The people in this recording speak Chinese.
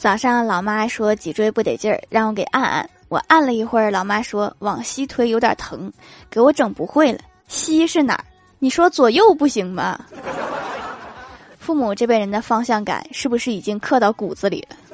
早上老妈说脊椎不得劲儿，让我给按按。我按了一会儿，老妈说往西推有点疼，给我整不会了。西是哪儿？你说左右不行吗？父母这辈人的方向感是不是已经刻到骨子里了？